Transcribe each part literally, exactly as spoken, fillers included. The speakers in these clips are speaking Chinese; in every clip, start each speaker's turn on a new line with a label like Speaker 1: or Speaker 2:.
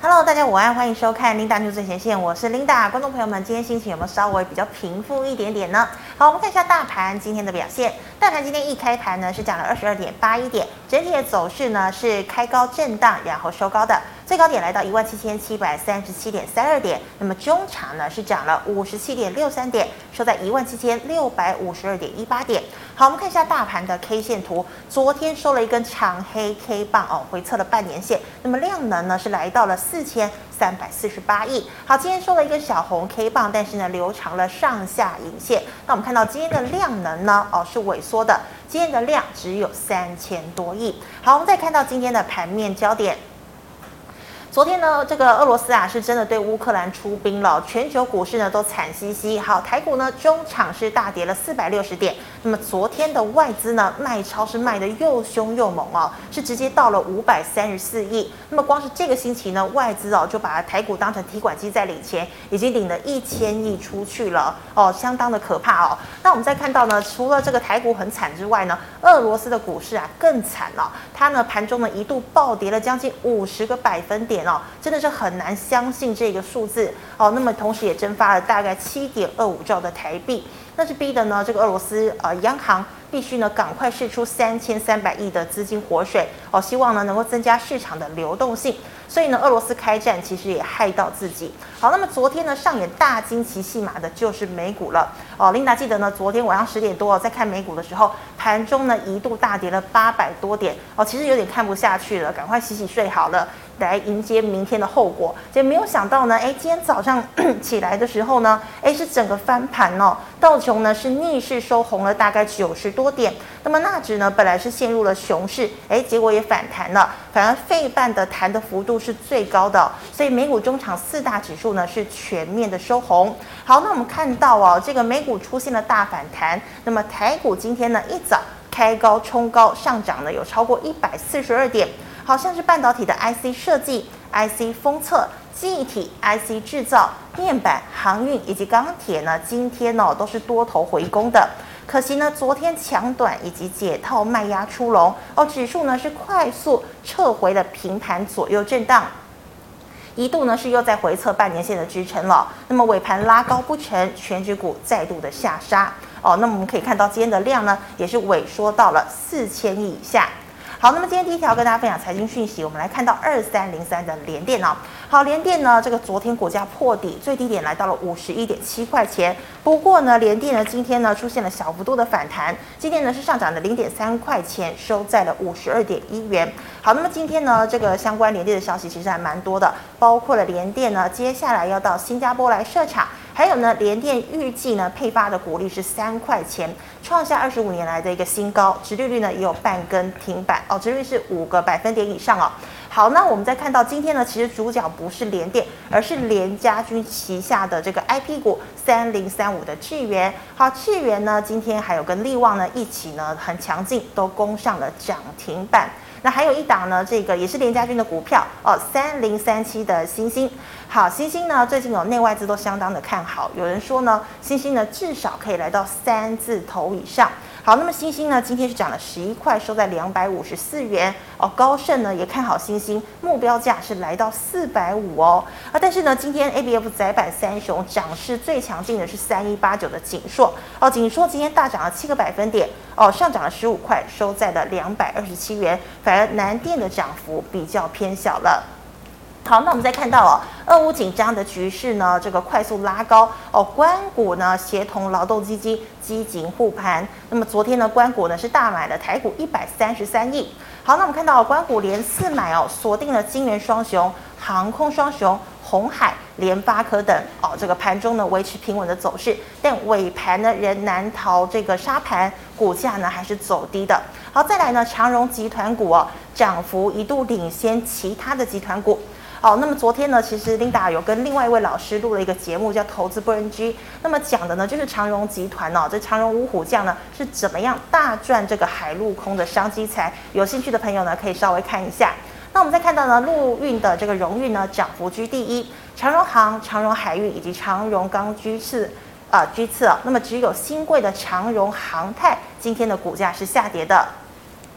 Speaker 1: Hello， 大家午安，欢迎收看 Linda News 最前线，我是 Linda。观众朋友们，今天心情有没有稍微比较平复一点点呢？好，我们看一下大盘今天的表现。大盘今天一开盘呢是涨了二十二点八一点，整体的走势呢是开高震荡，然后收高的，最高点来到一万七千七百三十七点三二点。那么中场呢是涨了五十七点六三点，收在一万七千六百五十二点一八点。好，我们看一下大盘的 K 线图，昨天收了一根长黑 K 棒哦，回测了半年线，那么量能呢是来到了四千三百四十八亿。好，今天收了一根小红 K 棒，但是呢留长了上下影线。那我们看到今天的量能呢，哦是萎缩的，今天的量只有三千多亿。好，我们再看到今天的盘面焦点。昨天呢，这个俄罗斯啊是真的对乌克兰出兵了，全球股市呢都惨兮兮。好，台股呢中场是大跌了四百六十点。那么昨天的外资呢卖超是卖的又凶又猛哦，是直接到了五百三十四亿。那么光是这个星期呢，外资哦就把台股当成提款机在领钱，已经领了一千亿出去了哦，相当的可怕哦。那我们再看到呢，除了这个台股很惨之外呢，俄罗斯的股市啊更惨了、哦，它呢盘中呢一度暴跌了将近五十个百分点。哦，真的是很难相信这个数字哦。那么同时也蒸发了大概七点二五兆的台币，那是逼的呢这个俄罗斯呃央行必须呢赶快释出三千三百亿的资金活水哦，希望呢能够增加市场的流动性。所以呢，俄罗斯开战其实也害到自己。好，那么昨天呢上演大惊奇戏码的就是美股了哦。琳达记得呢，昨天晚上十点多、哦、在看美股的时候，盘中呢一度大跌了八百多点哦，其实有点看不下去了，赶快洗洗睡好了，来迎接明天的后果。结果没有想到呢，哎，今天早上起来的时候呢，哎是整个翻盘哦，道琼呢是逆势收红了大概九十多点。那么纳指呢本来是陷入了熊市，哎，结果也反弹了，反而费半的弹的幅度是最高的、哦，所以美股中场四大指数呢是全面的收红。好，那我们看到哦，这个美股出现了大反弹，那么台股今天呢一早开高冲高上涨呢有超过一百四十二点。好像是半导体的 I C 设计、I C 封测、记忆体、I C 制造、面板、航运以及钢铁呢，今天哦都是多头回攻的。可惜呢，昨天抢短以及解套卖压出笼哦，指数呢是快速撤回了平盘左右震荡。一度呢是又在回测半年线的支撑了，那么尾盘拉高不成，全指股再度的下杀哦。那么我们可以看到今天的量呢也是萎缩到了四千亿以下。好，那么今天第一条跟大家分享财经讯息，我们来看到二三零三的联电哦。好，联电呢，这个昨天股价破底，最低点来到了五十一点七块钱。不过呢，联电呢今天呢出现了小幅度的反弹，今天呢是上涨了零点三块钱，收在了五十二点一元。好，那么今天呢这个相关联电的消息其实还蛮多的，包括了联电呢接下来要到新加坡来设厂。还有呢，联电预计呢配发的股利是三块钱，创下二十五年来的一个新高，殖利率呢也有半根停板哦，殖利率是五个百分点以上哦。好，那我们再看到今天呢，其实主角不是联电，而是联家军旗下的这个 I P 股三零三五的智原。好，智原呢今天还有跟力旺呢一起呢很强劲，都攻上了涨停板。那还有一档呢，这个也是联家军的股票哦，三零三七的欣兴。好，欣兴呢最近有内外资都相当的看好，有人说呢，欣兴呢至少可以来到三字头以上。好，那么欣兴呢今天是涨了十一块，收在两百五十四元哦。高盛呢也看好欣兴，目标价是来到四百五哦。啊，但是呢今天 A B F 载板三雄涨势最强劲的是三一八九的景硕哦，景硕今天大涨了七个百分点哦，上涨了十五块，收在了两百二十七元，反而南电的涨幅比较偏小了。好，那我们再看到哦，俄乌紧张的局势呢，这个快速拉高哦，官股呢协同劳动基金积极护盘。那么昨天呢，官股呢是大买了台股一百三十三亿。好，那我们看到、哦、官股连四买哦，锁定了晶圆双雄、航空双雄、鸿海、联发科等哦，这个盘中呢维持平稳的走势，但尾盘呢仍难逃这个杀盘，股价呢还是走低的。好，再来呢，长荣集团股哦，涨幅一度领先其他的集团股。好，那么昨天呢，其实 Linda 有跟另外一位老师录了一个节目，叫《投资不 N G》。那么讲的呢，就是长荣集团哦，这长荣五虎将呢是怎么样大赚这个海陆空的商机财。有兴趣的朋友呢，可以稍微看一下。那我们再看到呢，陆运的这个荣运呢，涨幅居第一，长荣航、长荣海运以及长荣钢居次。呃，居次哦。那么只有新贵的长荣航太今天的股价是下跌的。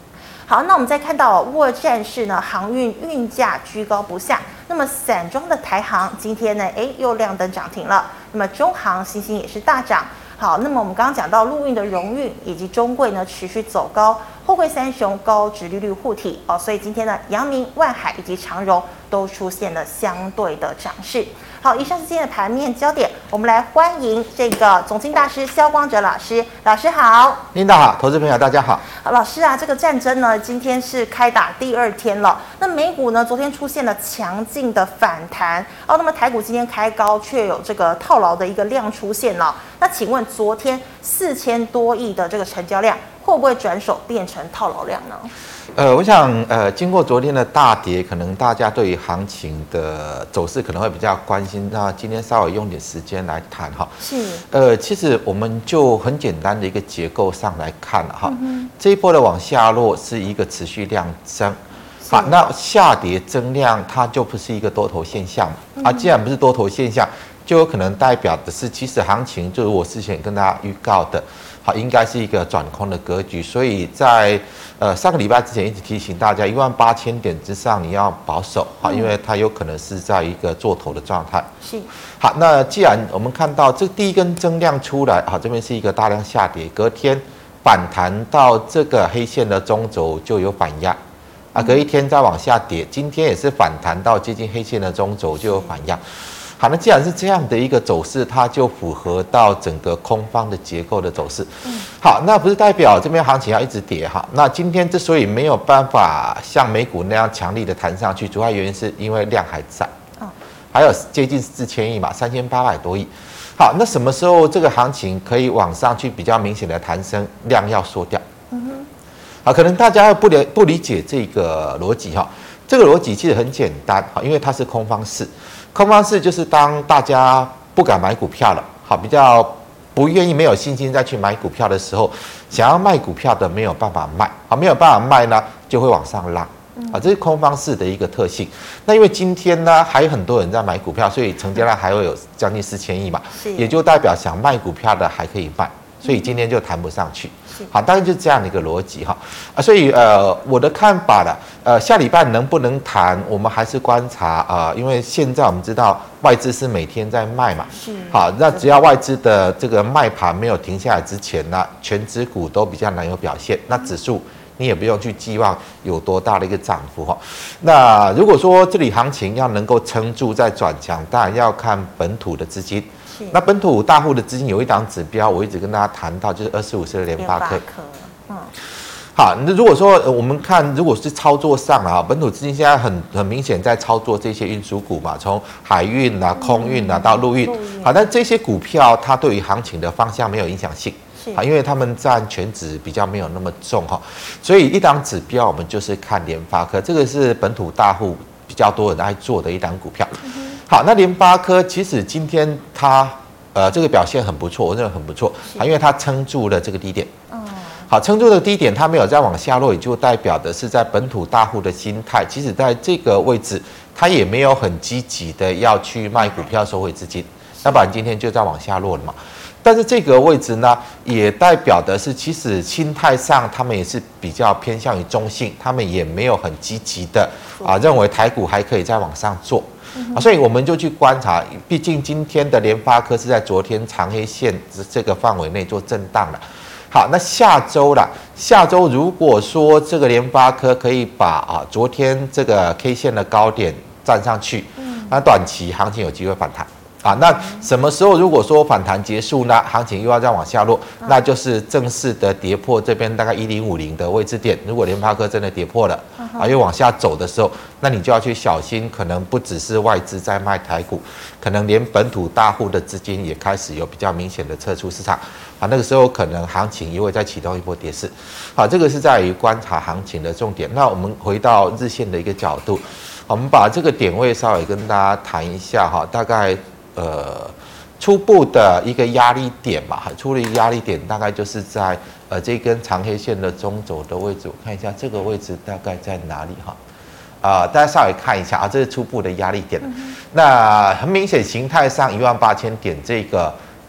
Speaker 1: 好，那我们再看到沃战士呢，航运运价居高不下。那么散装的台航今天呢，哎又亮灯涨停了。那么中航、新兴也是大涨。好，那么我们刚刚讲到陆运的荣运以及中贵呢持续走高，货柜三雄高殖利率护体哦，所以今天呢，阳明、万海以及长荣都出现了相对的涨势。好，以上是今天的盘面焦点，我们来欢迎这个总经大师萧光哲老师。老师好。
Speaker 2: 领导好，投资朋友大家好。
Speaker 1: 好，老师啊，这个战争呢，今天是开打第二天了。那美股呢，昨天出现了强劲的反弹哦，那么台股今天开高，却有这个套牢的一个量出现了。那请问，昨天四千多亿的这个成交量，会不会转手变成套牢量呢？
Speaker 2: 呃，我想，呃，经过昨天的大跌，可能大家对于行情的走势可能会比较关心。那今天稍微用点时间来谈哈。
Speaker 1: 是。
Speaker 2: 呃，其实我们就很简单的一个结构上来看了哈。嗯、这一波的往下落是一个持续量增。好，那下跌增量它就不是一个多头现象嘛？嗯、啊，既然不是多头现象，就有可能代表的是，其实行情就是我之前跟大家预告的。好，应该是一个转空的格局，所以在呃上个礼拜之前一直提醒大家，一万八千点之上你要保守，好，因为它有可能是在一个做头的状态。
Speaker 1: 是。好，
Speaker 2: 那既然我们看到这第一根增量出来，好，这边是一个大量下跌，隔天反弹到这个黑线的中轴就有反压，啊，隔一天再往下跌，今天也是反弹到接近黑线的中轴就有反压。好，那既然是这样的一个走势，它就符合到整个空方的结构的走势。嗯，好，那不是代表这边行情要一直跌哈。那今天之所以没有办法像美股那样强力的弹上去，主要原因是因为量还在，哦，还有接近四千亿嘛，三千八百多亿。好，那什么时候这个行情可以往上去比较明显的弹升，量要缩掉？嗯哼，好，可能大家不理不理解这个逻辑哈。这个逻辑其实很简单哈，因为它是空方式。空方式就是当大家不敢买股票了，好，比较不愿意、没有信心再去买股票的时候，想要卖股票的没有办法卖，好，没有办法卖呢，就会往上拉，啊，这是空方式的一个特性。那因为今天呢还有很多人在买股票，所以成交量还会有将近四千亿嘛，也就代表想卖股票的还可以卖，所以今天就谈不上去。好，大概就是这样的一个逻辑哈，啊，所以呃，我的看法了，呃，下礼拜能不能谈，我们还是观察啊、呃，因为现在我们知道外资是每天在卖嘛，是，好，那只要外资的这个卖盘没有停下来之前呢，全指股都比较难有表现，那指数你也不用去寄望有多大的一个涨幅哈。那如果说这里行情要能够撑住再转强，当然要看本土的资金。那本土大户的资金有一档指标，我一直跟大家谈到，就是二四五四的联发科。嗯，好，那如果说我们看，如果是操作上啊，本土资金现在很很明显在操作这些运输股嘛，从海运啊、空运啊到陆运，好，但这些股票它对于行情的方向没有影响性，啊，因为他们占全指比较没有那么重哈，所以一档指标我们就是看联发科，这个是本土大户比较多人爱做的一档股票。嗯，好，那联发科其实今天它呃这个表现很不错，我认为很不错，啊，因为它撑住了这个低点。哦，好，撑住的低点它没有再往下落，也就代表的是在本土大户的心态，即使在这个位置，它也没有很积极的要去卖股票收回资金，要不然今天就在往下落了嘛。但是这个位置呢，也代表的是，其实心态上他们也是比较偏向于中性，他们也没有很积极的啊，认为台股还可以再往上做。啊，所以我们就去观察，毕竟今天的联发科是在昨天长黑线这个范围内做震荡的。好，那下周啦，下周如果说这个联发科可以把啊昨天这个 K 线的高点站上去，那短期行情有机会反弹。啊，那什么时候如果说反弹结束呢，行情又要再往下落，那就是正式的跌破这边大概一零五零的位置点。如果联发科真的跌破了，啊，又往下走的时候，那你就要去小心，可能不只是外资在卖台股，可能连本土大户的资金也开始有比较明显的撤出市场。啊，那个时候可能行情又会再启动一波跌势。好，这个是在于观察行情的重点。那我们回到日线的一个角度，我们把这个点位稍微跟大家谈一下哈，大概。呃，初步的一个压力点嘛，初步的压力点大概就是在呃这根长黑线的中轴的位置，我看一下这个位置大概在哪里哈？啊、呃，大家稍微看一下啊，这是初步的压力点。嗯、那很明显，形态上一万八千点这个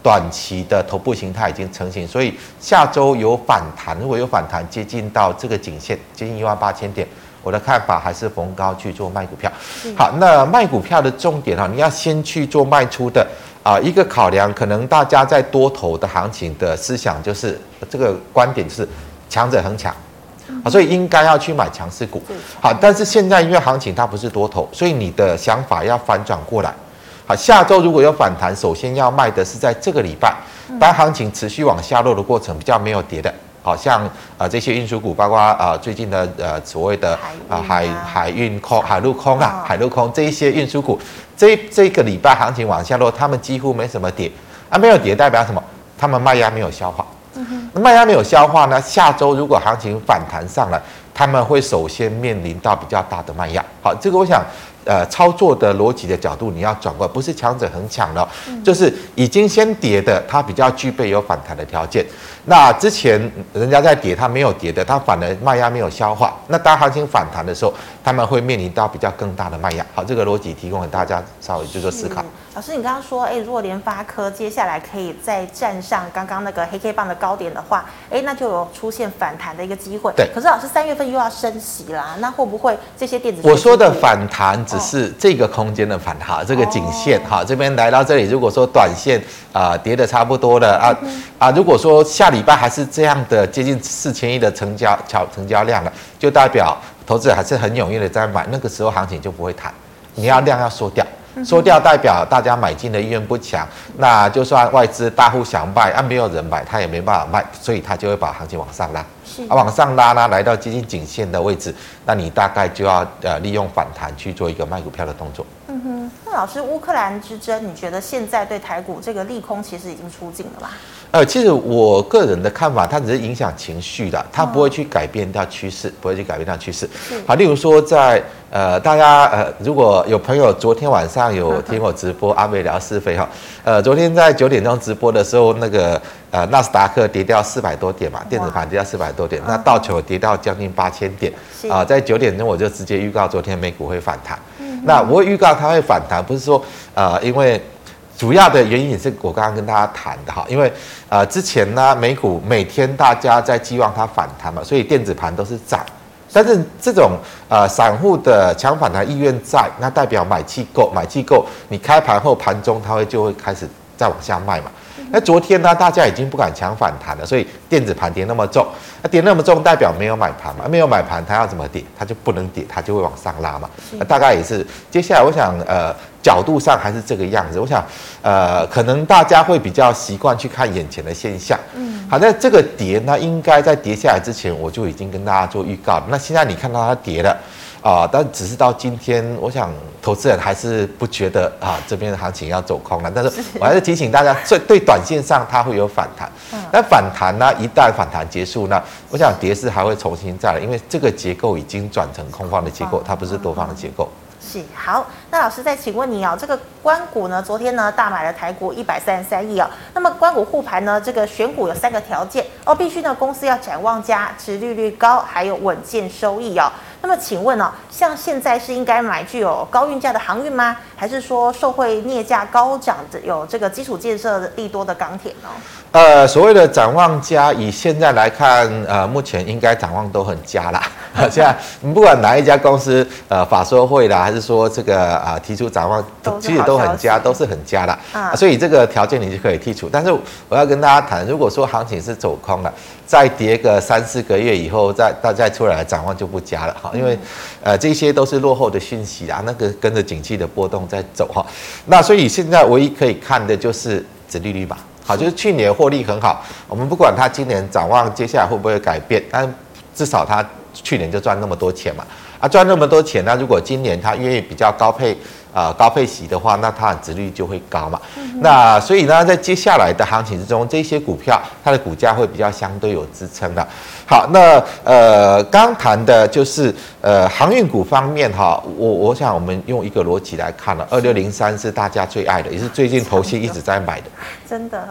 Speaker 2: 短期的头部形态已经成型，所以下周有反弹，如果有反弹接近到这个颈线，接近一万八千点，我的看法还是逢高去做卖股票。好，那卖股票的重点哈，你要先去做卖出的啊、呃，一个考量，可能大家在多头的行情的思想就是这个观点就是强者恒强。啊，所以应该要去买强势股。好，但是现在因为行情它不是多头，所以你的想法要反转过来。好，下周如果有反弹，首先要卖的是在这个礼拜，当行情持续往下落的过程比较没有跌的，好像呃这些运输股，包括呃最近的呃所谓的啊海海运空、海陆空啊、海陆空这一些运输股，这这个礼拜行情往下落，他们几乎没什么跌啊，没有跌代表什么？他们卖压没有消化。那卖压没有消化呢？下周如果行情反弹上来，他们会首先面临到比较大的卖压。好，这个我想，呃，操作的逻辑的角度你要转过来，不是强者恒强了，就是已经先跌的，它比较具备有反弹的条件。那之前人家在跌，它没有跌的，它反而卖压没有消化。那当行情反弹的时候，他们会面临到比较更大的卖压。好，这个逻辑提供给大家稍微就做思考。
Speaker 1: 老师，你刚刚说，哎，如果联发科接下来可以再站上刚刚那个黑 K 棒的高点的话，哎，那就有出现反弹的一个机会。
Speaker 2: 对。
Speaker 1: 可是老师三月份又要升息啦，那会不会这些电子？
Speaker 2: 我说的反弹只是这个空间的反弹，哦、这个颈线哈、哦，这边来到这里，如果说短线啊、呃、跌的差不多了啊、嗯、啊，如果说下礼拜还是这样的接近四千亿的成交成成交量了，就代表投资者还是很踊跃的在买，那个时候行情就不会弹，你要量要缩掉。缩掉代表大家买进的意愿不强，那就算外资大户想卖，啊没有人买，他也没办法卖，所以他就会把行情往上拉，啊往上拉呢，来到接近颈线的位置，那你大概就要呃利用反弹去做一个卖股票的动作。
Speaker 1: 嗯哼，那老师，乌克兰之争，你觉得现在对台股这个利空其实已经出尽了吧？
Speaker 2: 呃，其实我个人的看法，它只是影响情绪的，它不会去改变掉趋势，不会去改变掉趋势。好，例如说在呃，大家呃，如果有朋友昨天晚上有听我直播阿美聊是非哈，呃，昨天在九点钟直播的时候，那个呃纳斯达克跌掉四百多点嘛，电子盘跌掉四百多点，那道琼跌到将近八千点啊、呃，在九点钟我就直接预告昨天美股会反弹。嗯、那我会预告它会反弹，不是说呃因为。主要的原因也是我刚刚跟大家谈的哈，因为呃之前呢美股每天大家在寄望它反弹嘛，所以电子盘都是涨，但是这种呃散户的强反弹意愿在，那代表买气够，买气够，你开盘后盘中它会就会开始再往下卖嘛。那昨天呢，大家已经不敢强反弹了，所以电子盘跌那么重，那跌那么重代表没有买盘嘛，没有买盘，它要怎么跌？它就不能跌，它就会往上拉嘛。那大概也是，接下来我想呃角度上还是这个样子，我想呃可能大家会比较习惯去看眼前的现象。嗯，好，那这个跌呢，应该在跌下来之前，我就已经跟大家做预告了。那现在你看到它跌了。啊、呃，但只是到今天，我想投资人还是不觉得啊这边的行情要走空了。但是我还是提醒大家，对对短线上它会有反弹。那、嗯、反弹呢，一旦反弹结束呢，我想跌势还会重新再来，因为这个结构已经转成空方的结构，它不是多方的结构。
Speaker 1: 是好，那老师再请问你哦，这个官股呢，昨天呢大买了台股一百三十三亿哦。那么官股护盘呢，这个选股有三个条件哦，必须呢公司要展望佳，殖利率高，还有稳健收益哦。那么请问哦，像现在是应该买具有高运价的航运吗？还是说受惠镍价高涨的有这个基础建设利多的钢铁呢？
Speaker 2: 呃，所谓的展望佳，以现在来看，呃，目前应该展望都很佳啦。现在你不管哪一家公司，呃，法说会啦，还是说这个啊、呃、提出展望，其实都很佳，都是很佳啦。啊，所以这个条件你就可以剔除。但是我要跟大家谈，如果说行情是走空了，再跌个三四个月以后，再大再出来展望就不佳了哈，因为呃这些都是落后的讯息啦，那个跟着景气的波动在走哈。那所以现在唯一可以看的就是殖利率吧。好，就是去年获利很好，我们不管它今年展望接下来会不会改变，但至少它去年就赚那么多钱嘛，啊赚那么多钱，那如果今年它愿意比较高配啊、呃、高配息的话，那它的殖利率就会高嘛。嗯、那所以呢，在接下来的行情之中，这些股票它的股价会比较相对有支撑的。好，那呃刚谈的就是呃航运股方面哈，我我想我们用一个逻辑来看了，二六零三是大家最爱的，也是最近投信一直在买的，
Speaker 1: 真的。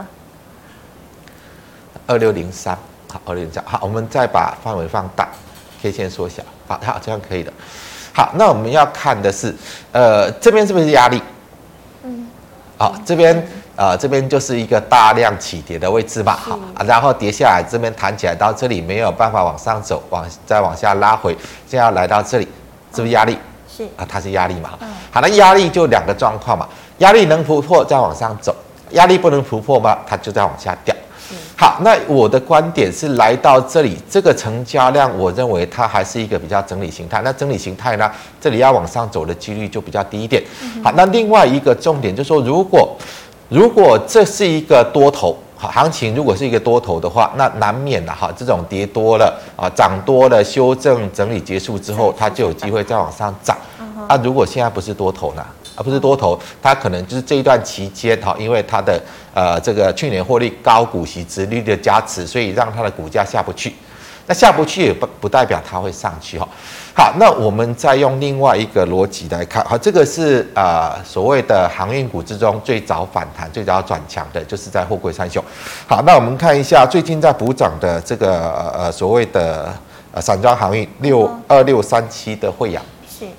Speaker 2: 二六零三，好，二六零三，好，我们再把范围放大 ，K 线缩小，好，好，这样可以的。好，那我们要看的是，呃，这边是不是压力？嗯，好，这边呃，这边就是一个大量起跌的位置嘛，好，啊、然后跌下来，这边弹起来到这里没有办法往上走，往再往下拉回，现在要来到这里，是不是压力？
Speaker 1: 是
Speaker 2: 啊，它是压力嘛。
Speaker 1: 嗯、
Speaker 2: 好，那压力就两个状况嘛，压力能突破再往上走，压力不能突破嘛，它就在往下掉。好，那我的观点是来到这里，这个成交量，我认为它还是一个比较整理形态。那整理形态呢，这里要往上走的几率就比较低一点。嗯、好，那另外一个重点就是说，如果如果这是一个多头，好，行情如果是一个多头的话，那难免的哈，这种跌多了啊，涨多了，修正整理结束之后，它就有机会再往上涨。嗯、啊，如果现在不是多头呢？而不是多头，它可能就是这一段期间哈，因为它的呃这个去年获利高、股息殖利率的加持，所以让它的股价下不去。那下不去也不不代表它会上去哈。好，那我们再用另外一个逻辑来看，好，这个是呃所谓的航运股之中最早反弹、最早转强的，就是在货柜三雄。好，那我们看一下最近在补涨的这个呃所谓的呃散装航运六二六三七的慧洋。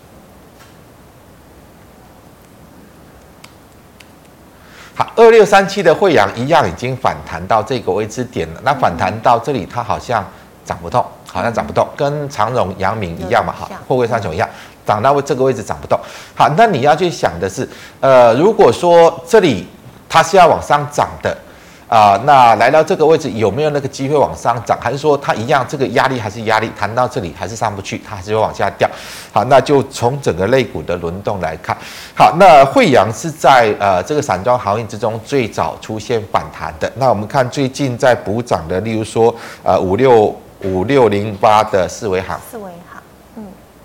Speaker 2: 好，二六三七的慧洋一样已经反弹到这个位置点了。那反弹到这里，它好像涨不动，好像涨不动，跟长荣、阳明一样嘛，哈，货柜三雄一样，涨到这个位置涨不动。好，那你要去想的是，呃，如果说这里它是要往上涨的。啊、呃，那来到这个位置有没有那个机会往上涨？还是说它一样这个压力还是压力，弹到这里还是上不去，它还是会往下掉？好，那就从整个类股的轮动来看。好，那慧洋是在呃这个散装航运之中最早出现反弹的。那我们看最近在补涨的，例如说呃五六五六零八的四维航。四维航，嗯，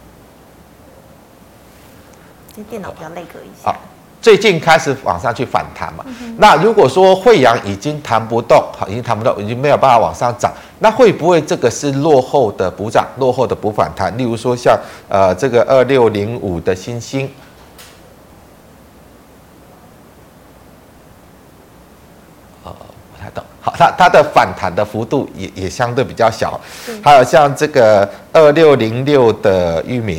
Speaker 1: 今天电脑比较累格一下。
Speaker 2: 最近开始往上去反弹嘛，嗯、那如果说慧洋已经弹不动，好，已经弹不动，已经没有办法往上涨，那会不会这个是落后的补涨、落后的补反弹？例如说像呃这个二六零五的新兴，呃不太懂，好，它它的反弹的幅度也也相对比较小，还有像这个二六零六的裕民。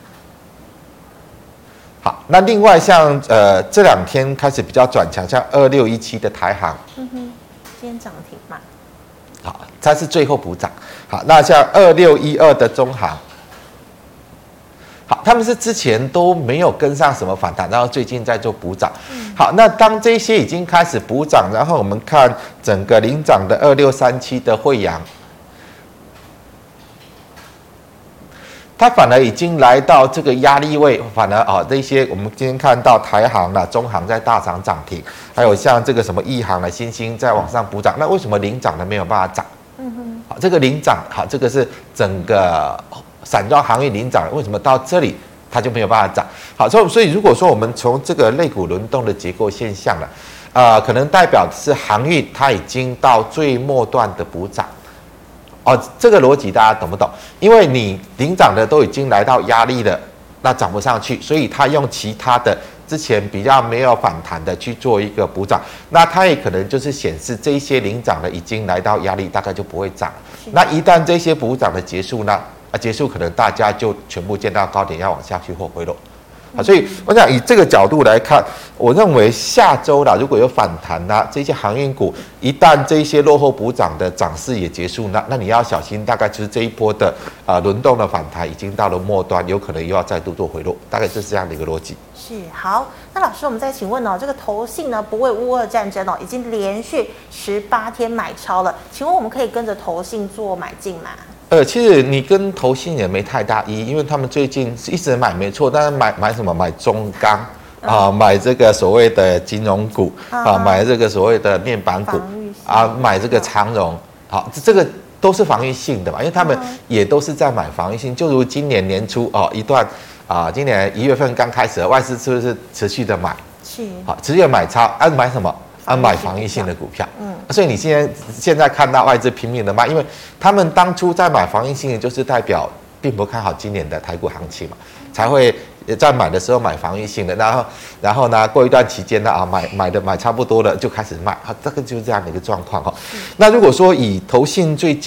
Speaker 2: 好，那另外像呃这两天开始比较转强，像二六一七的台航，
Speaker 1: 嗯哼，今天涨停嘛，
Speaker 2: 好，它是最后补涨。好，那像二六一二的中航，好，他们是之前都没有跟上什么反弹，然后最近在做补涨。嗯、好，那当这些已经开始补涨，然后我们看整个领涨的二六三七的慧洋。它反而已经来到这个压力位，反而啊，这些我们今天看到台航啦、中航在大涨涨停，还有像这个什么亿航的新兴在往上补涨，那为什么领涨的没有办法涨？嗯哼，好，这个领涨，好，这个是整个散装航运领涨，为什么到这里它就没有办法涨？好，所以所以如果说我们从这个类股轮动的结构现象了，呃，可能代表是航运它已经到最末段的补涨。哦，这个逻辑大家懂不懂？因为你领涨的都已经来到压力了，那涨不上去，所以他用其他的之前比较没有反弹的去做一个补涨，那它也可能就是显示这些领涨的已经来到压力，大概就不会涨。那一旦这些补涨的结束呢？啊，结束可能大家就全部见到高点要往下去或回落。啊，所以我想以这个角度来看，我认为下周啦，如果有反弹啦，这些航运股一旦这些落后补涨的涨势也结束，那那你要小心，大概就是这一波的啊轮动的反弹已经到了末端，有可能又要再度做回落，大概就是这样的一个逻辑。
Speaker 1: 是，好，那老师我们再请问哦，这个投信呢不为乌俄战争哦，已经连续十八天买超了，请问我们可以跟着投信做买进吗？
Speaker 2: 呃，其实你跟投信也没太大意义，因为他们最近是一直买没错，但是买买什么？买中钢啊，买这个所谓的金融股啊，买这个所谓的面板股啊，买这个长荣，好，这个都是防御性的嘛，因为他们也都是在买防御性，就如今年年初哦一段啊，今年一月份刚开始，外资是不是持续的买？是，好，持续的买超，啊，买什么？啊，买防御性的股票，嗯，所以你现在现在看到外资拼命的卖，因为他们当初在买防御性的，就是代表并不看好今年的台股行情嘛，才会在买的时候买防御性的，然后然后呢，过一段期间呢啊，买买的买差不多了就开始卖，啊，这个就是这样的一个状况哈。那如果说以投信最近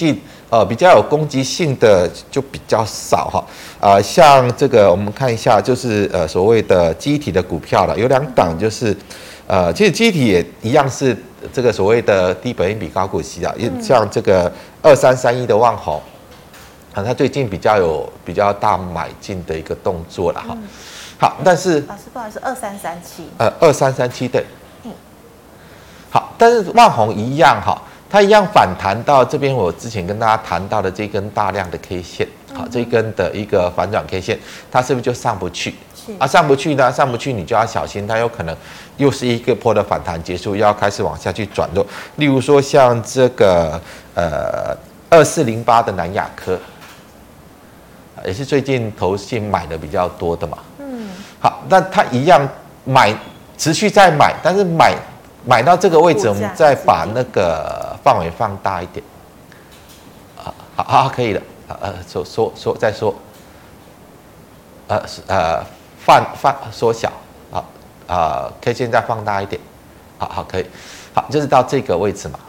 Speaker 2: 呃比较有攻击性的就比较少哈。呃，像这个我们看一下，就是呃所谓的记忆体的股票了，有两档就是。呃，其实记忆体也一样是这个所谓的低本益比高股息啊，嗯、像这个二三三一的旺宏，啊，它最近比较有比较大买进的一个动作了哈。嗯、好，但是
Speaker 1: 老师不好意思，二三三七，
Speaker 2: 呃，二三三七对，嗯，好，但是旺宏一样哈，它一样反弹到这边，我之前跟大家谈到的这根大量的 K 线，好，嗯、这根的一个反转 K 线，它是不是就上不去？啊，上不去呢，上不去你就要小心，它有可能又是一个波的反弹结束，又要开始往下去转弱。例如说像这个呃二四零八的南亚科，也是最近投信买的比较多的嘛。嗯。好，那它一样买，持续在买，但是买买到这个位置，我们再把那个范围放大一点。啊，好，好，可以了。呃，说说说再说。呃呃。放放缩小，好啊 ，K 线再放大一点，好好可以，好就是到这个位置嘛，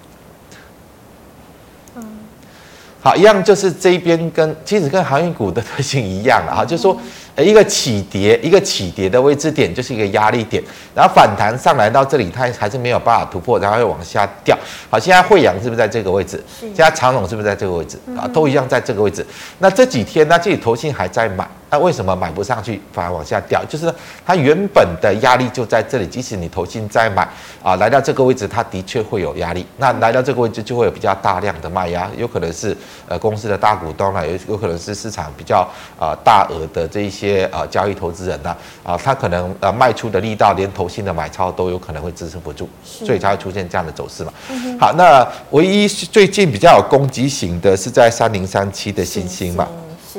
Speaker 2: 嗯，好一样就是这一边跟其实跟航运股的特性一样了哈，就是说一个起跌一个起跌的位置点就是一个压力点，然后反弹上来到这里，它还是没有办法突破，然后又往下掉。好，现在慧洋是不是在这个位置？现在长荣是不是在这个位置？啊，都一样在这个位置。那这几天呢，这里投信还在买。那为什么买不上去，反而往下掉？就是它原本的压力就在这里，即使你投信再买啊，来到这个位置，它的确会有压力。那来到这个位置就会有比较大量的卖压，有可能是呃公司的大股东啦，有有可能是市场比较啊、呃、大额的这一些啊、呃、交易投资人呐啊，他可能呃卖出的力道连投信的买超都有可能会支撑不住，所以才会出现这样的走势嘛。嗯、好，那唯一最近比较有攻击型的是在三零三七的新兴嘛。
Speaker 1: 是。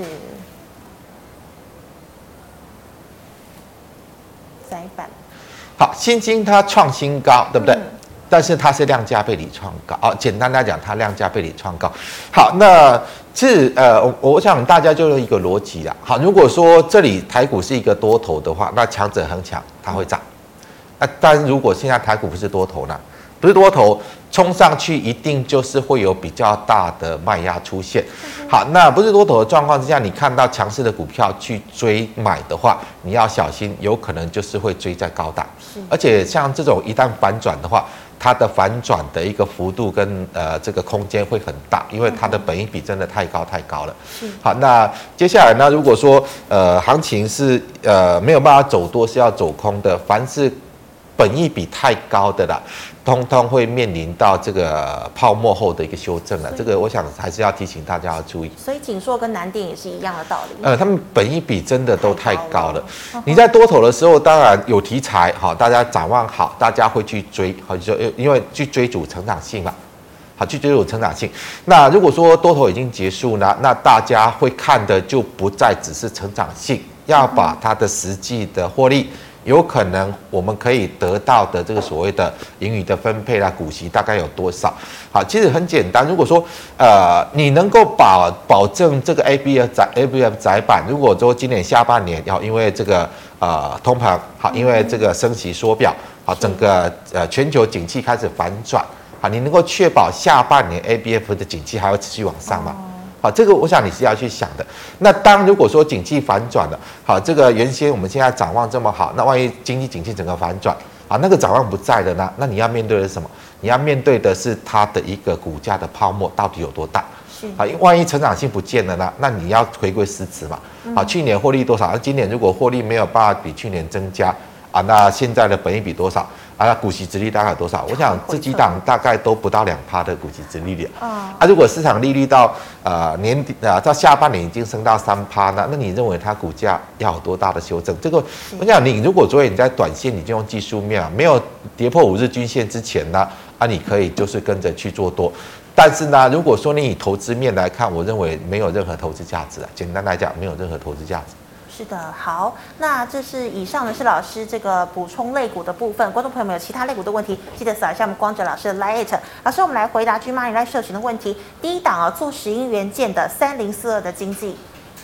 Speaker 2: 好，新兴它创新高，对不对？嗯、但是它是量价背离创高哦。简单来讲，它量价背离创高。好，那是呃，我我想大家就有一个逻辑啦。好，如果说这里台股是一个多头的话，那强者恒强，它会涨。那但如果现在台股不是多头呢？不是多头，冲上去一定就是会有比较大的卖压出现。好，那不是多头的状况之下，你看到强势的股票去追买的话，你要小心，有可能就是会追在高档。而且像这种一旦反转的话，它的反转的一个幅度跟呃这个空间会很大，因为它的本益比真的太高太高了。好，那接下来呢，如果说呃行情是呃没有办法走多，是要走空的，凡是本益比太高的啦，通通会面临到这个泡沫后的一个修正了。这个我想还是要提醒大家要注意。
Speaker 1: 所以景硕跟南电也是一样的道理。
Speaker 2: 呃，他们本益比真的都太高了。高了你在多头的时候，当然有题材，好，大家展望好，大家会去追，好，就因为去追逐成长性嘛。好，去追逐成长性。那如果说多头已经结束呢，那大家会看的就不再只是成长性，要把它的实际的获利。有可能我们可以得到的这个所谓的盈余的分配啦，股息大概有多少？好，其实很简单。如果说呃你能够保保证这个 A B F 载 A B F 载板，如果说今年下半年要因为这个呃通膨好，因为这个升息缩表好，整个呃全球景气开始反转好，你能够确保下半年 A B F 的景气还会持续往上吗？好，这个我想你是要去想的。那当如果说景气反转了，好，这个原先我们现在展望这么好，那万一经济景气整个反转，啊，那个展望不在了呢？那你要面对的是什么？你要面对的是它的一个股价的泡沫到底有多大？啊，万一成长性不见了呢？那你要回归实质嘛？啊，去年获利多少？那今年如果获利没有办法比去年增加，啊，那现在的本益比多少？啊，股息殖利率大概有多少？我想这几档大概都不到两趴的股息殖利率。啊，啊，如果市场利率到呃年底啊到下半年已经升到三趴，那那你认为它股价要有多大的修正？这个我想你如果昨天你在短线，你就用技术面啊，没有跌破五日均线之前呢，啊，你可以就是跟着去做多。但是呢，如果说你以投资面来看，我认为没有任何投资价值啊。简单来讲，没有任何投资价值。
Speaker 1: 是的，好，那这是以上的是老师这个补充类股的部分。观众朋友们有其他类股的问题，记得扫一下我们光哲老师的 Line。老师，我们来回答 Gmoney Line 社群的问题。第一档啊，做石英元件的三零四二的经济。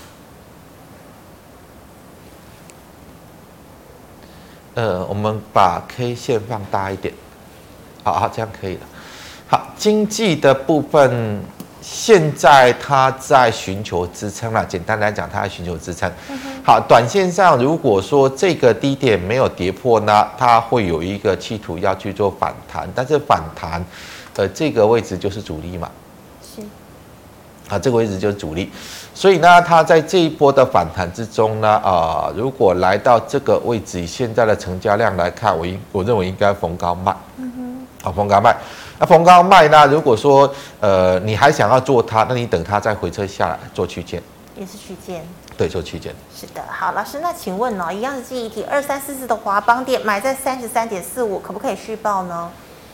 Speaker 2: 呃，我们把 K 线放大一点，好好，这样可以了。好，经济的部分现在它在寻求支撑了，简单来讲，它在寻求支撑。嗯、好，短线上如果说这个低点没有跌破呢，它会有一个企图要去做反弹，但是反弹，呃，这个位置就是主力嘛。是。啊，这个位置就是主力，所以呢，它在这一波的反弹之中呢，啊、呃，如果来到这个位置，以现在的成交量来看，我应我认为应该逢高卖。嗯哼。啊，逢高卖。那逢高卖呢？如果说呃你还想要做它，那你等它再回撤下来做区间，
Speaker 1: 也是区间，
Speaker 2: 对，做区间。
Speaker 1: 是的，好，老师，那请问哦，一样的记忆体，二三四四的华邦电买在三十三点四五，可不可以续报呢？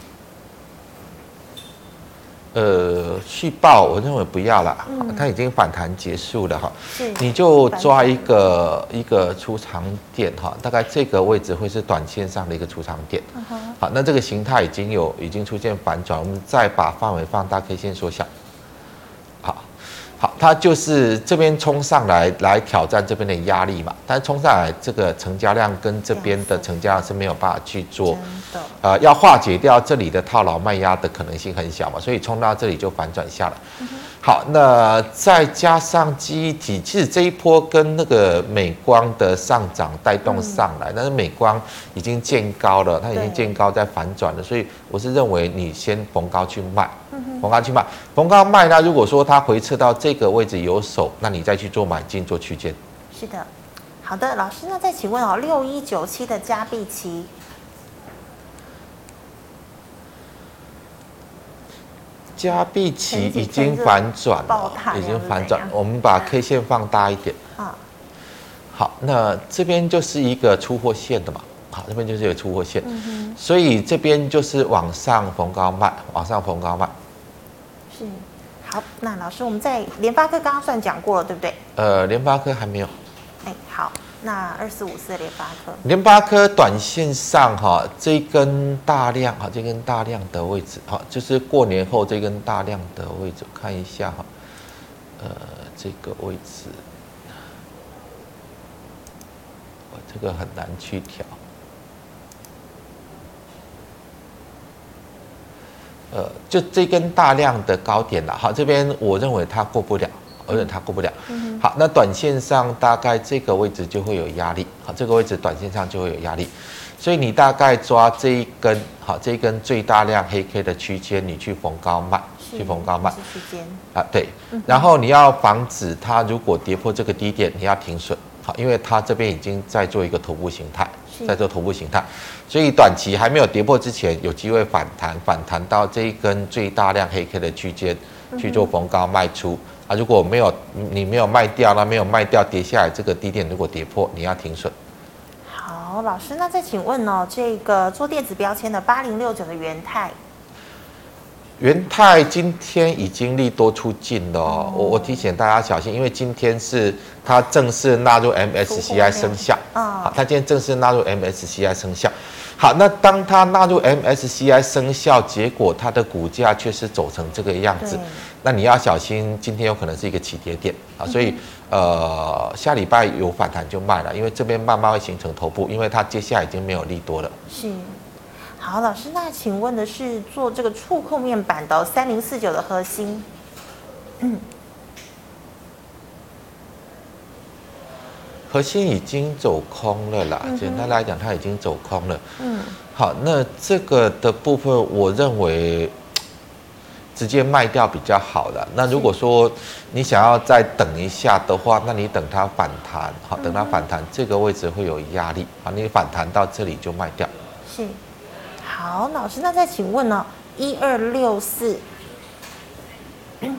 Speaker 2: 呃，续报我认为不要了，嗯、它已经反弹结束了哈，
Speaker 1: 是，
Speaker 2: 你就抓一个一个出场点哈，大概这个位置会是短线上的一个出场点。嗯、好，那这个形态已经有已经出现反转，我们再把范围放大，K线缩小。好，好，它就是这边冲上来来挑战这边的压力嘛，但是冲上来这个成交量跟这边的成交量是没有办法去做。呃，要化解掉这里的套牢卖压的可能性很小嘛，所以冲到这里就反转下来。嗯、好，那再加上记忆体，其实这一波跟那个美光的上涨带动上来，嗯、但是美光已经见高了，它已经见高在反转了，所以我是认为你先逢高去卖，嗯、逢高去卖，逢高卖呢，如果说它回撤到这个位置有手，那你再去做买进做区间。
Speaker 1: 是的，好的，老师，那再请问哦，六一九七的嘉必奇。
Speaker 2: 嘉必奇已经反转了，已经反转。我们把 K 线放大一点。啊，好，那这边就是一个出货线的嘛。好，这边就是一个出货线，嗯、所以这边就是往上逢高卖，往上逢高卖。
Speaker 1: 是，好，那老师，我们在联发科刚刚算讲过了，对不对？
Speaker 2: 呃，联发科还没有。
Speaker 1: 哎，好。那二四五四的联发科，
Speaker 2: 联发科短线上哈，这根大量哈，这根大量的位置哈，就是过年后这根大量的位置，看一下哈，呃，这个位置，这个很难去调，呃，就这根大量的高点了，好，这边我认为它过不了。而且它过不了，嗯、好，那短线上大概这个位置就会有压力，好，这个位置短线上就会有压力，所以你大概抓这一根，好，这一根最大量黑 K 的区间，你去逢高卖，去逢高卖，
Speaker 1: 区间
Speaker 2: 啊，对，嗯、然后你要防止它如果跌破这个低点，你要停损，好，因为它这边已经在做一个头部形态，在做头部形态，所以短期还没有跌破之前，有机会反弹，反弹到这一根最大量黑 K 的区间去做逢高卖出。嗯啊，如果没有你没有卖掉，那没有卖掉跌下来这个低点，如果跌破，你要停损。
Speaker 1: 好，老师，那再请问哦，这个做电子标签的八零六九的元泰，
Speaker 2: 元泰今天已经利多出尽了、哦，我、哦、我提醒大家小心，因为今天是它正式纳入 M S C I 生效，啊、哦，它今天正式纳入 M S C I 生效。好，那当它纳入 M S C I 生效，结果它的股价却是走成这个样子，那你要小心，今天有可能是一个起跌点啊，所以、嗯、呃下礼拜有反弹就卖了，因为这边慢慢会形成头部，因为它接下来已经没有利多了。
Speaker 1: 是，好，老师，那请问的是做这个触控面板的三零四九的核心，嗯。
Speaker 2: 核心已经走空了啦，简单来讲，它已经走空了。嗯，好，那这个的部分，我认为直接卖掉比较好了。那如果说你想要再等一下的话，那你等它反弹，好，等它反弹，这个位置会有压力，好，你反弹到这里就卖掉。
Speaker 1: 是，好，老师，那再请问呢、哦，一二六四，嗯，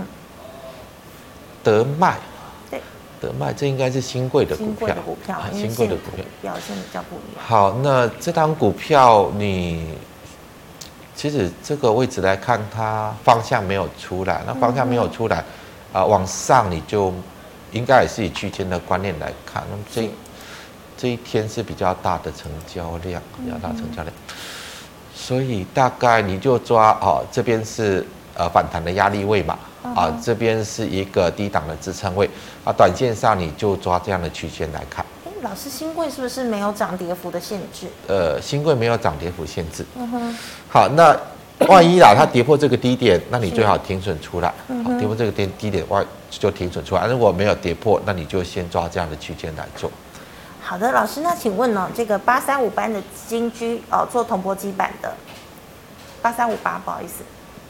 Speaker 2: 德麦。德麦，这应该是新贵的股票，
Speaker 1: 新贵的股票，
Speaker 2: 啊、新贵的股票
Speaker 1: 表现比较不一样。
Speaker 2: 好，那这档股票你其实这个位置来看，它方向没有出来，那方向没有出来，啊、呃，往上你就应该也是以区间的观念来看，那么这这一天是比较大的成交量，比较大成交量，嗯、所以大概你就抓哦，这边是呃反弹的压力位嘛。啊，这边是一个低档的支撑位啊，短线上你就抓这样的区间来看。
Speaker 1: 哎，老师，新贵是不是没有涨跌幅的限制？
Speaker 2: 呃，新贵没有涨跌幅限制。嗯哼。好，那万一啦，它跌破这个低点，那你最好停损出来。好，跌破这个低低点外就停损出来。如果没有跌破，那你就先抓这样的区间来做。
Speaker 1: 好的，老师，那请问呢，这个八三五班的金居哦，做铜箔基板的八三五八，不好意思。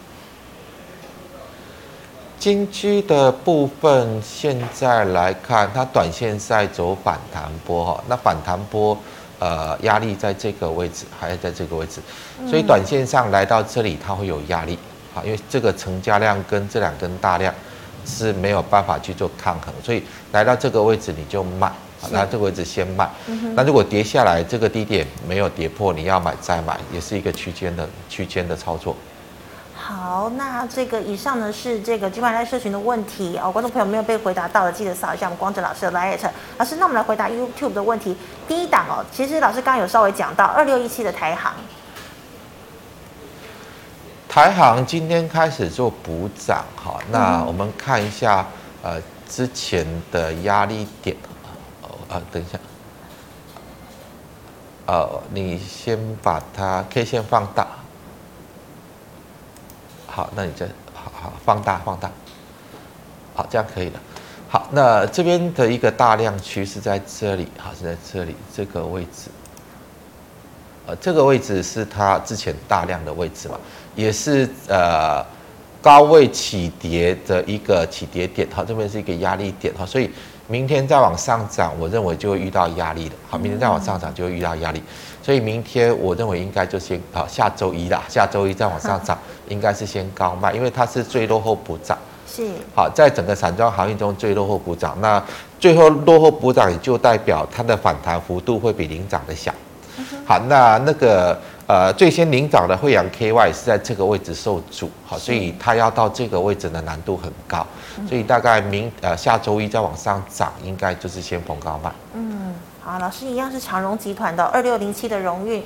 Speaker 2: 金居的部分，现在来看，它短线在走反弹波哈，那反弹波。呃，压力在这个位置，还是在这个位置，所以短线上来到这里，它会有压力，好，因为这个成交量跟这两根大量是没有办法去做抗衡，所以来到这个位置你就卖，来到这个位置先卖。嗯、那如果跌下来，这个低点没有跌破，你要买再买，也是一个区间的区间的操作。
Speaker 1: 好，那这个以上呢是这个金牌赖社群的问题哦，观众朋友没有被回答到的，记得扫一下我们光哲老师的 Line。老师，那我们来回答 YouTube 的问题。第一档哦，其实老师刚刚有稍微讲到二六一七的台航，
Speaker 2: 台航今天开始做补涨，哈，那我们看一下呃之前的压力点，呃，等一下，呃，你先把它 K 线放大。好，那你再好好放大放大，好，这样可以了。好，那这边的一个大量区是在这里，好，是在这里这个位置，呃，这个位置是它之前大量的位置嘛，也是呃高位起跌的一个起跌点，好，这边是一个压力点，好，所以明天再往上涨，我认为就会遇到压力了，好，明天再往上涨就会遇到压力。所以明天我认为应该就先啊，下周一啦，下周一再往上涨，应该是先高卖，因为它是最落后补涨。
Speaker 1: 是。好，
Speaker 2: 在整个散装航运中最落后补涨，那最后落后补涨也就代表它的反弹幅度会比领涨的小。嗯、好，那那个呃最先领涨的慧洋 K Y 是在这个位置受阻，好，所以它要到这个位置的难度很高，所以大概明呃下周一再往上涨，应该就是先逢高卖。嗯。
Speaker 1: 好，老师一样是长荣集团的二六零七的荣运，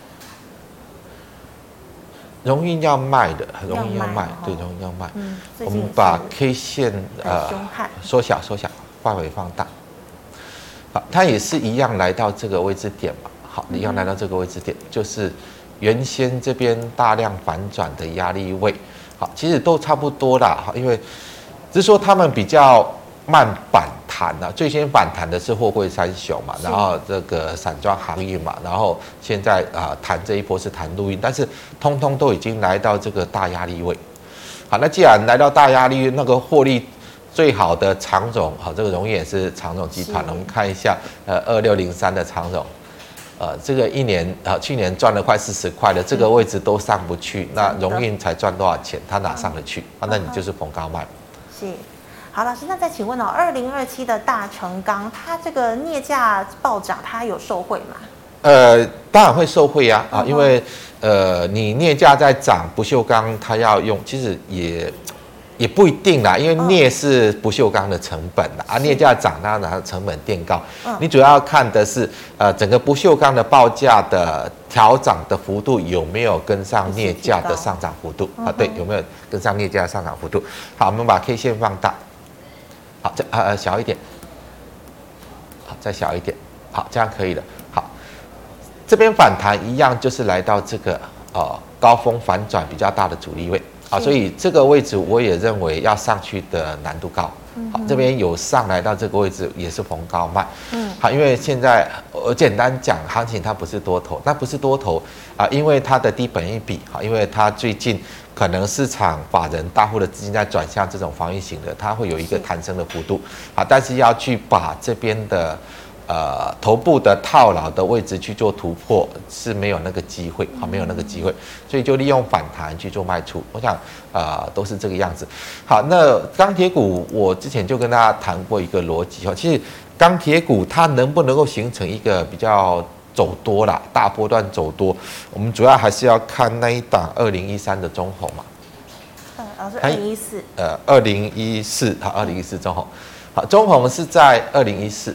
Speaker 2: 荣运要卖的，荣运要卖，对，荣运要卖。嗯，我们把 K 线呃缩小缩小，范围放大。好，它也是一样来到这个位置点嘛。好，一样来到这个位置点，就是原先这边大量反转的压力位。好，其实都差不多啦。好，因为只是说他们比较慢反弹啊，最先反弹的是货柜三雄嘛，然后这个散装航运嘛，然后现在啊谈这一波是谈陆运，但是通通都已经来到这个大压力位。好，那既然来到大压力，那个获利最好的长荣，好，这个荣也是长荣集团，我们看一下，呃，二六零三的长荣，呃，这个一年啊，去年赚了快四十块的，这个位置都上不去，那荣运才赚多少钱？它哪上得去？啊，那你就是逢高卖。
Speaker 1: 是。好，老师，那再请问哦，二零二七的大成钢，它这个镍价暴涨，它有受惠吗？
Speaker 2: 呃，当然会受惠啊，啊，因为呃，你镍价在涨，不锈钢它要用，其实也也不一定啦，因为镍是不锈钢的成本啦，啊，镍价涨，它拿成本垫高，你主要看的是呃整个不锈钢的报价的调涨的幅度有没有跟上镍价的上涨幅度啊？对，有没有跟上镍价的上涨幅度？好，我们把 K 线放大。好，这呃小一点，好，再小一点，好，这样可以了。好，这边反弹一样，就是来到这个呃高峰反转比较大的阻力位啊，所以这个位置我也认为要上去的难度高。好，这边有上来到这个位置也是逢高卖。嗯，好，因为现在我简单讲，行情它不是多头，那不是多头啊，因为它的低本益比，好，因为它最近。可能市场法人大户的资金在转向这种防御型的，它会有一个弹升的幅度，好，但是要去把这边的呃头部的套牢的位置去做突破是没有那个机会，好，没有那个机会，所以就利用反弹去做卖出。我想啊、呃、都是这个样子。好，那钢铁股我之前就跟大家谈过一个逻辑哈，其实钢铁股它能不能够形成一个比较走多啦，大波段走多，我们主要还是要看那一档二零一三的中鸿嘛。
Speaker 1: 呃，老师，二零一四。
Speaker 2: 呃，二零一四，好，二零一四中鸿，好，中鸿是在二零一四。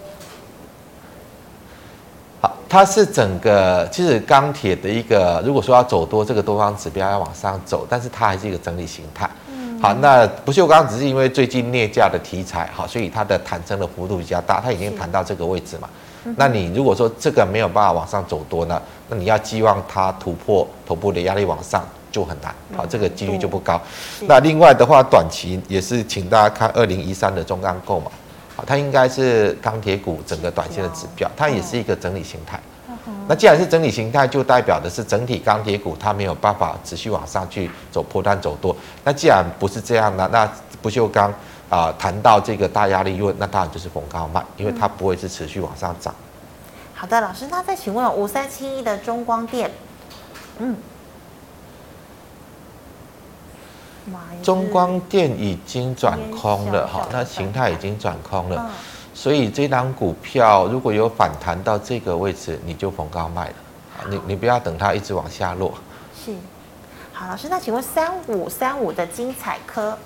Speaker 2: 好，它是整个其实钢铁的一个，如果说要走多，这个多方指标要往上走，但是它还是一个整理形态。嗯。好，那不锈钢只是因为最近镍价的题材，好，所以它的弹升的幅度比较大，它已经弹到这个位置嘛。那你如果说这个没有办法往上走多呢，那你要寄望它突破头部的压力往上， 就很难，好，这个几率就不高。
Speaker 1: 是
Speaker 2: 那另外的话，短期也是请大家看二零一三的中钢构嘛，好，它应该是钢铁股整个短线的指标，它也是一个整理形态。那既然是整理形态，就代表的是整体钢铁股它没有办法持续往上去走波段走多。那既然不是这样呢，那不锈钢啊、呃、谈到这个大压力论，那当然就是逢高卖，因为它不会是持续往上涨。
Speaker 1: 好的，老师，那再请问五三七一的中光电，嗯，哇也是
Speaker 2: 中光电已经转空了
Speaker 1: 小小的
Speaker 2: 哈，那形态已经转空了。
Speaker 1: 嗯
Speaker 2: 所以这档股票如果有反弹到这个位置，你就逢高卖了，你你不要等它一直往下落。
Speaker 1: 是，好，老师，那请问三五三五的精彩科，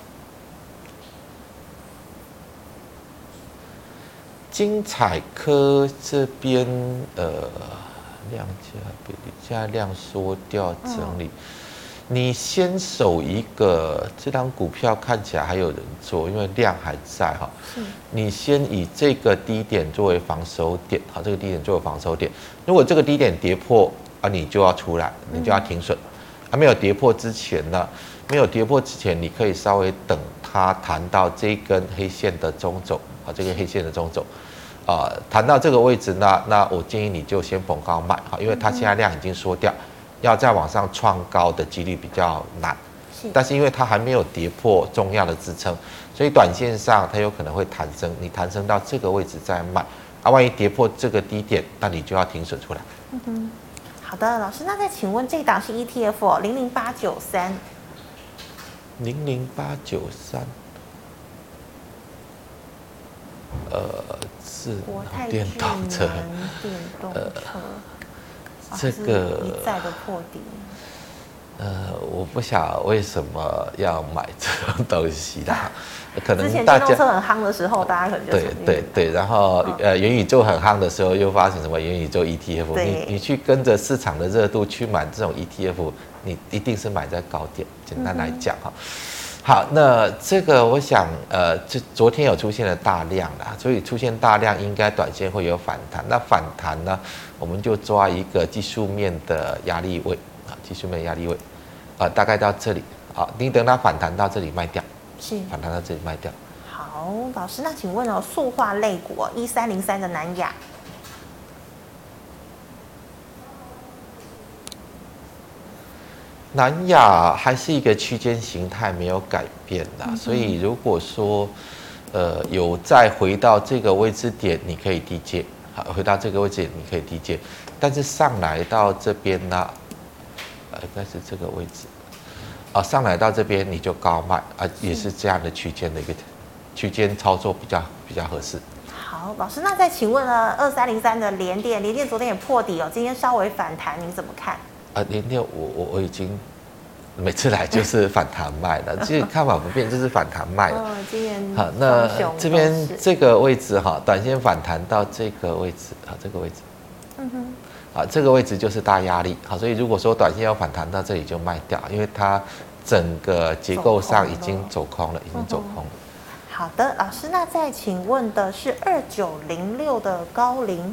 Speaker 2: 精彩科这边呃量价比例现在量缩掉整理。嗯你先守一个，这张股票看起来还有人做，因为量还在哈。你先以这个低点作为防守点，好，这个低点作为防守点。如果这个低点跌破啊，你就要出来，你就要停损。还、嗯啊、没有跌破之前呢，没有跌破之前，你可以稍微等它弹到这根黑线的中轴，好，这个黑线的中轴，啊、呃，弹到这个位置，那那我建议你就先逢高卖，好，因为它现在量已经缩掉。要再往上创高的几率比较难，但是因为它还没有跌破重要的支撑，所以短线上它有可能会弹升，你弹升到这个位置再卖，啊，万一跌破这个低点，那你就要停损出来。
Speaker 1: 嗯哼，好的，老师，那再请问这档是 E T F 哦，零零八九三，
Speaker 2: 零零八九三，呃，智能电动车，
Speaker 1: 电动车。
Speaker 2: 这个
Speaker 1: 一再的破底，
Speaker 2: 呃，我不晓为什么要买这种东西啦，可能
Speaker 1: 之前
Speaker 2: 大家
Speaker 1: 电动车很夯的时候，大家可能就
Speaker 2: 对对对，然后、嗯、呃元宇宙很夯的时候，又发行什么元宇宙 E T F， 你你去跟着市场的热度去买这种 E T F， 你一定是买在高点。简单来讲哈。嗯好，那这个我想，呃，这昨天有出现了大量啦，所以出现大量应该短线会有反弹。那反弹呢，我们就抓一个技术面的压力位啊，技术面压力位，啊、呃，大概到这里啊，你等它反弹到这里卖掉，
Speaker 1: 是
Speaker 2: 反弹到这里卖掉。
Speaker 1: 好，老师，那请问哦，塑化类股一三零三的南亚。
Speaker 2: 南亚还是一个区间形态没有改变的，嗯、所以如果说，呃，有再回到这个位置点，你可以低接，好，回到这个位置点你可以低接，但是上来到这边呢，呃，应该是这个位置，啊，上来到这边你就高卖啊，也是这样的区间的一个区间操作比较比较合适。
Speaker 1: 好，老师，那再请问呢，二三零三的联电，联电昨天也破底哦，今天稍微反弹，你怎么看？
Speaker 2: 啊，联电我我我已经每次来就是反弹卖了，其实看法不变，就是反弹卖了。
Speaker 1: 哦，今年
Speaker 2: 好，那这边这个位置哈，短线反弹到这个位置，好，这个位置，嗯哼，好，这个位置就是大压力，好，所以如果说短线要反弹到这里就卖掉，因为它整个结构上已经走空了，已经走空了。
Speaker 1: 好的，老师，那再请问的是二九零六的高龄。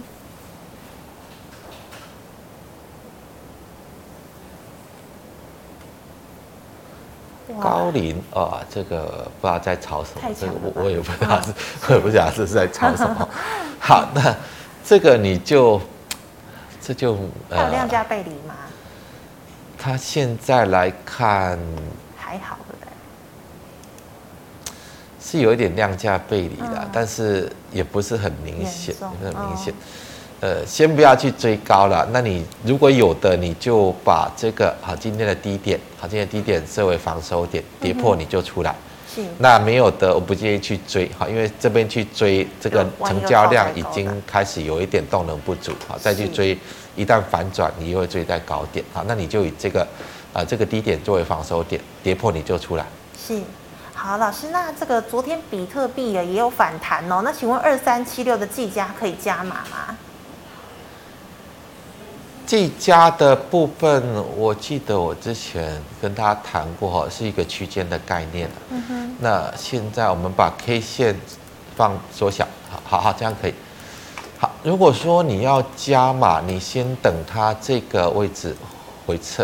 Speaker 2: 高龄啊，这个不知道在炒什么，这个我我也不知道是，我也不知道这是在炒什么。好，那这个你就这就
Speaker 1: 呃，有量价背离吗？
Speaker 2: 它现在来看
Speaker 1: 还好，对不对？
Speaker 2: 是有一点量价背离的，嗯、但是也不是很明显，很明显。哦呃，先不要去追高了。那你如果有的，你就把这个好今天的低点，好今天的低点设为防守点，跌破你就出来。是、嗯。那没有的，我不建议去追，好，因为这边去追，这个成交量已经开始有一点动能不足，好，再去追，一旦反转，你又会追在高点，好，那你就以这个，啊、呃，这个低点作为防守点，跌破你就出来。
Speaker 1: 是。好，老师，那这个昨天比特币也有反弹哦，那请问二三七六的技嘉可以加码吗？
Speaker 2: 技嘉的部分，我记得我之前跟大家谈过哈，是一个区间的概念。嗯哼。那现在我们把 K 线放缩小，好好好，这样可以。好，如果说你要加码，你先等它这个位置回撤，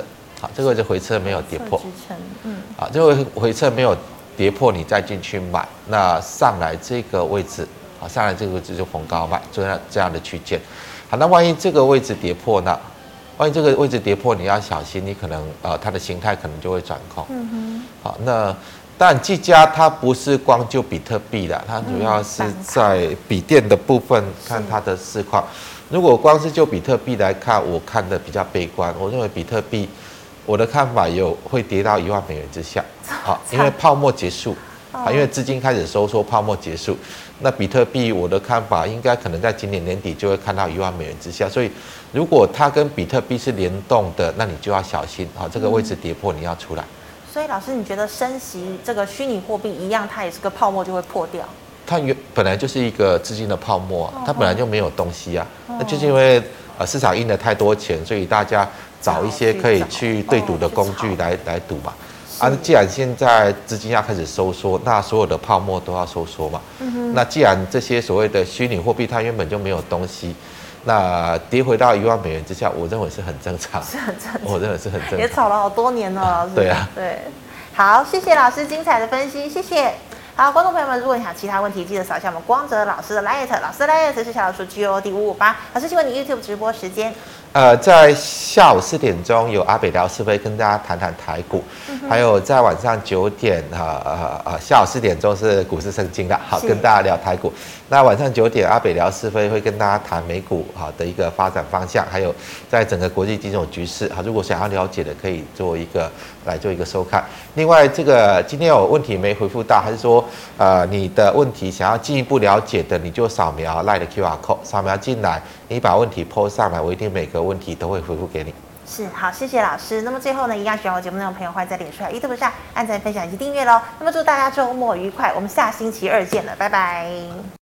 Speaker 2: 好，这个位置回撤没有跌破，
Speaker 1: 支撑，嗯，
Speaker 2: 啊，这个回撤没有跌破，你再进去买，那上来这个位置，啊，上来这个位置就逢高买，这样这样的区间。好，那万一这个位置跌破呢？万一这个位置跌破，你要小心，你可能呃它的形态可能就会转空。嗯哼。好，那但技嘉它不是光就比特币的，它主要是在笔电的部分看它的市况。如果光是就比特币来看，我看的比较悲观，我认为比特币我的看法有会跌到一万美元之下。好，因为泡沫结束。啊，因为资金开始收缩，泡沫结束，那比特币我的看法应该可能在今年年底就会看到一万美元之下，所以如果它跟比特币是联动的，那你就要小心啊，这个位置跌破你要出来。
Speaker 1: 所以老师，你觉得升息这个虚拟货币一样，它也是个泡沫就会破掉？
Speaker 2: 它原本来就是一个资金的泡沫、啊，它本来就没有东西啊，那就是因为呃市场印了太多钱，所以大家找一些可以去对赌的工具来来赌嘛。啊，既然现在资金要开始收缩，那所有的泡沫都要收缩嘛。嗯、那既然这些所谓的虚拟货币它原本就没有东西，那跌回到一万美元之下，我认为是很正常，
Speaker 1: 是很正常，
Speaker 2: 我认为是很正常。
Speaker 1: 也炒了好多年了，老师。
Speaker 2: 对啊，
Speaker 1: 对。好，谢谢老师精彩的分析，谢谢。好，观众朋友们，如果你有其他问题，记得扫一下我们光泽老师的 Line， 老师的 Line 是小老鼠 G O D 五五八。老师，请问你 YouTube 直播时间？
Speaker 2: 呃，在下午四点钟有阿北聊是非跟大家谈谈台股，嗯、还有在晚上九点哈呃呃下午四点钟是股市圣经的，好跟大家聊台股。那晚上九点阿北聊是非会跟大家谈美股好的一个发展方向，还有在整个国际金融局势好，如果想要了解的可以做一个来做一个收看。另外，这个今天有问题没回复到，还是说呃你的问题想要进一步了解的，你就扫描 Line 的 Q R code， 扫描进来，你把问题 po 上来，我一定每个问题都会回复给你。
Speaker 1: 是，好，谢谢老师。那么最后呢，一样喜欢我节目内容的朋友，欢迎在脸书、YouTube 上按赞、分享以及订阅喽。那么祝大家周末愉快，我们下星期二见了，拜拜。